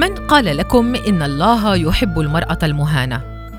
من قال لكم إن الله يحب المرأة المهانة؟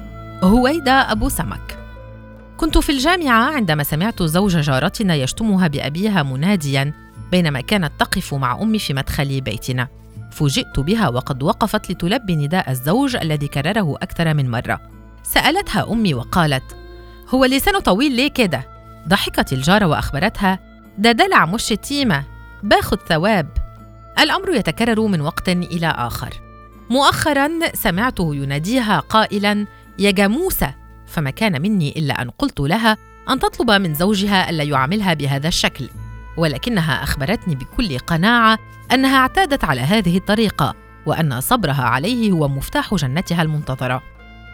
هويدا أبو سمك. كنت في الجامعة عندما سمعت زوج جارتنا يشتمها بأبيها منادياً بينما كانت تقف مع أمي في مدخل بيتنا. فوجئت بها وقد وقفت لتلبي نداء الزوج الذي كرره أكثر من مرة. سألتها أمي وقالت: هو لسانه طويل ليه كده؟ ضحكت الجارة وأخبرتها: ده دلع مش شتيمة، باخد ثواب. الأمر يتكرر من وقت إلى آخر. مؤخراً سمعته يناديها قائلاً: يا جاموسة، فما كان مني إلا أن قلت لها أن تطلب من زوجها ألا يعاملها بهذا الشكل، ولكنها أخبرتني بكل قناعة أنها اعتادت على هذه الطريقة وأن صبرها عليه هو مفتاح جنتها المنتظرة.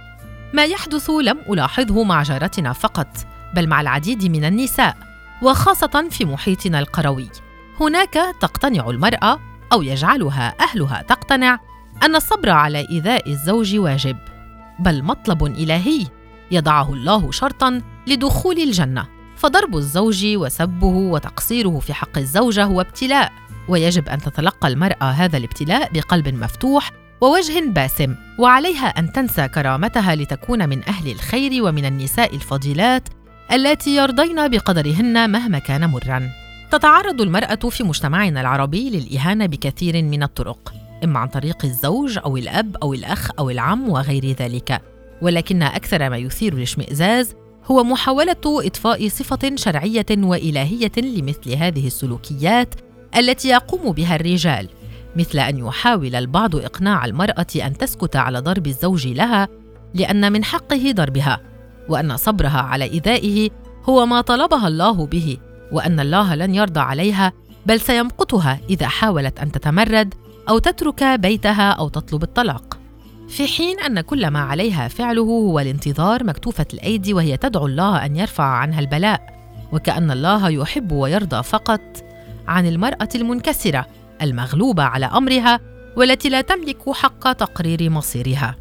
ما يحدث لم ألاحظه مع جارتنا فقط، بل مع العديد من النساء، وخاصة في محيطنا القروي. هناك تقتنع المرأة، أو يجعلها أهلها تقتنع، أن الصبر على إيذاء الزوج واجب، بل مطلب إلهي يضعه الله شرطاً لدخول الجنة. فضرب الزوج وسبه وتقصيره في حق الزوجة هو ابتلاء، ويجب أن تتلقى المرأة هذا الابتلاء بقلب مفتوح ووجه باسم، وعليها أن تنسى كرامتها لتكون من أهل الخير ومن النساء الفضيلات التي يرضين بقدرهن مهما كان مراً. تتعرض المرأة في مجتمعنا العربي للإهانة بكثير من الطرق، إما عن طريق الزوج أو الأب أو الأخ أو العم وغير ذلك، ولكن أكثر ما يثير الاشمئزاز هو محاولة إضفاء صفة شرعية وإلهية لمثل هذه السلوكيات التي يقوم بها الرجال، مثل أن يحاول البعض إقناع المرأة أن تسكت على ضرب الزوج لها لأن من حقه ضربها، وأن صبرها على إيذائه هو ما طلبها الله به، وأن الله لن يرضى عليها بل سيمقتها إذا حاولت أن تتمرد أو تترك بيتها أو تطلب الطلاق، في حين أن كل ما عليها فعله هو الانتظار مكتوفة الأيدي وهي تدعو الله أن يرفع عنها البلاء، وكأن الله يحب ويرضى فقط عن المرأة المنكسرة المغلوبة على أمرها والتي لا تملك حق تقرير مصيرها.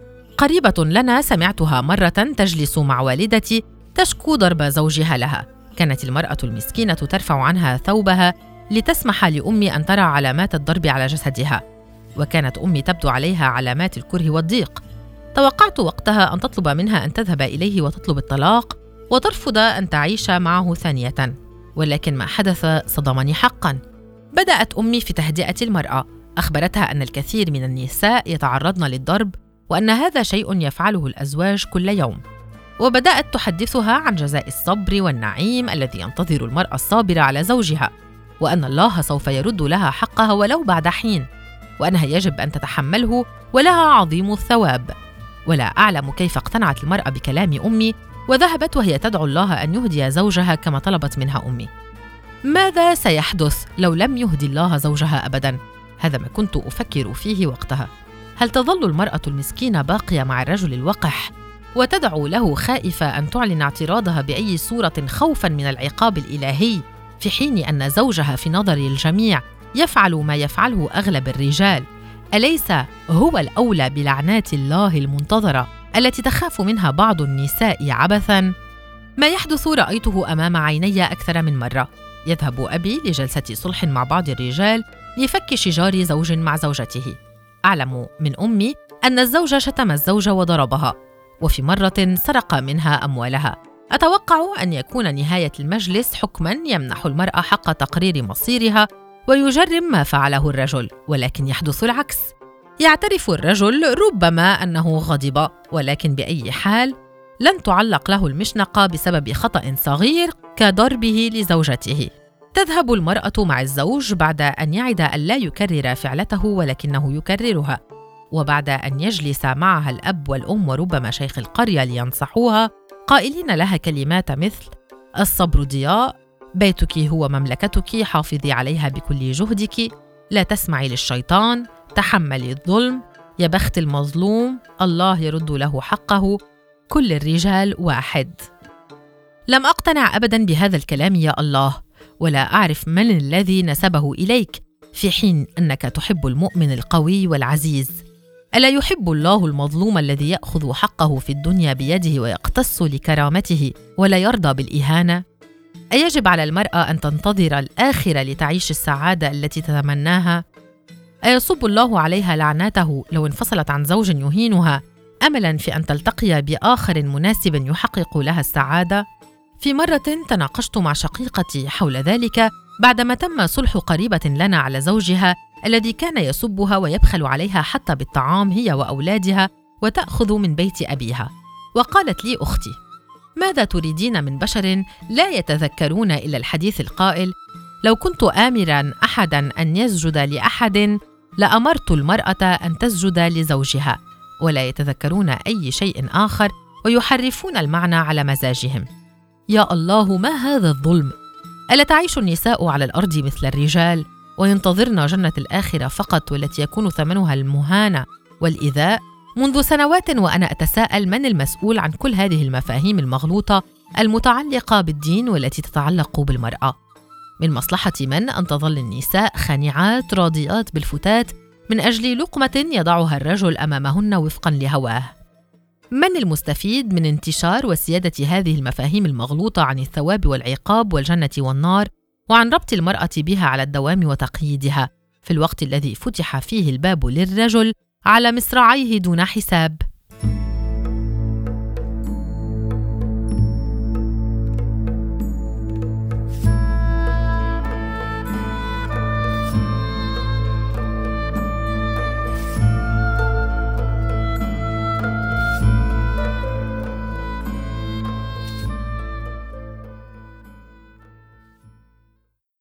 قريبة لنا سمعتها مرة تجلس مع والدتي تشكو ضرب زوجها لها. كانت المرأة المسكينة ترفع عنها ثوبها لتسمح لأمي أن ترى علامات الضرب على جسدها، وكانت أمي تبدو عليها علامات الكره والضيق. توقعت وقتها أن تطلب منها أن تذهب إليه وتطلب الطلاق وترفض أن تعيش معه ثانية، ولكن ما حدث صدمني حقاً. بدأت أمي في تهدئة المرأة، أخبرتها أن الكثير من النساء يتعرضن للضرب وأن هذا شيء يفعله الأزواج كل يوم، وبدأت تحدثها عن جزاء الصبر والنعيم الذي ينتظر المرأة الصابرة على زوجها، وأن الله سوف يرد لها حقها ولو بعد حين، وأنها يجب أن تتحمله ولها عظيم الثواب. ولا أعلم كيف اقتنعت المرأة بكلام أمي وذهبت وهي تدعو الله أن يهدي زوجها كما طلبت منها أمي. ماذا سيحدث لو لم يهدي الله زوجها أبداً؟ هذا ما كنت أفكر فيه وقتها. هل تظل المرأة المسكينة باقية مع الرجل الوقح وتدعو له خائفة أن تعلن اعتراضها بأي صورة خوفاً من العقاب الإلهي، في حين أن زوجها في نظر الجميع يفعل ما يفعله أغلب الرجال؟ أليس هو الأولى بلعنات الله المنتظرة التي تخاف منها بعض النساء عبثاً؟ ما يحدث رأيته أمام عيني أكثر من مرة. يذهب أبي لجلسة صلح مع بعض الرجال لفك شجار زوج مع زوجته. أعلم من أمي أن الزوج شتم الزوجة وضربها، وفي مرة سرق منها أموالها. أتوقع أن يكون نهاية المجلس حكماً يمنح المرأة حق تقرير مصيرها ويجرم ما فعله الرجل، ولكن يحدث العكس. يعترف الرجل ربما أنه غضب، ولكن بأي حال لن تعلق له المشنقة بسبب خطأ صغير كضربه لزوجته. تذهب المرأة مع الزوج بعد أن يعد أن لا يكرر فعلته ولكنه يكررها، وبعد أن يجلس معها الأب والأم وربما شيخ القرية لينصحوها قائلين لها كلمات مثل: الصبر ضياء، بيتك هو مملكتك، حافظي عليها بكل جهدك، لا تسمعي للشيطان، تحملي الظلم، يا بخت المظلوم، الله يرد له حقه، كل الرجال واحد. لم أقتنع أبداً بهذا الكلام يا الله، ولا أعرف من الذي نسبه إليك، في حين أنك تحب المؤمن القوي والعزيز. ألا يحب الله المظلوم الذي يأخذ حقه في الدنيا بيده ويقتص لكرامته ولا يرضى بالإهانة؟ أيجب على المرأة أن تنتظر الآخرة لتعيش السعادة التي تتمناها؟ أيصب الله عليها لعناته لو انفصلت عن زوج يهينها أملاً في أن تلتقي بآخر مناسب يحقق لها السعادة؟ في مرة تناقشت مع شقيقتي حول ذلك بعدما تم صلح قريبة لنا على زوجها الذي كان يسبها ويبخل عليها حتى بالطعام هي وأولادها وتأخذ من بيت أبيها. وقالت لي أختي: ماذا تريدين من بشر لا يتذكرون إلا الحديث القائل: لو كنت آمراً أحداً أن يسجد لأحد لأمرت المرأة أن تسجد لزوجها، ولا يتذكرون أي شيء آخر ويحرفون المعنى على مزاجهم. يا الله، ما هذا الظلم! ألا تعيش النساء على الأرض مثل الرجال وينتظرن جنة الآخرة فقط، والتي يكون ثمنها المهانة والإيذاء؟ منذ سنوات وأنا أتساءل من المسؤول عن كل هذه المفاهيم المغلوطة المتعلقة بالدين والتي تتعلق بالمرأة. من مصلحة من أن تظل النساء خانعات راضيات بالفتات من أجل لقمة يضعها الرجل أمامهن وفقاً لهواه؟ من المستفيد من انتشار وسيادة هذه المفاهيم المغلوطة عن الثواب والعقاب والجنة والنار، وعن ربط المرأة بها على الدوام وتقييدها، في الوقت الذي فتح فيه الباب للرجل على مصراعيه دون حساب؟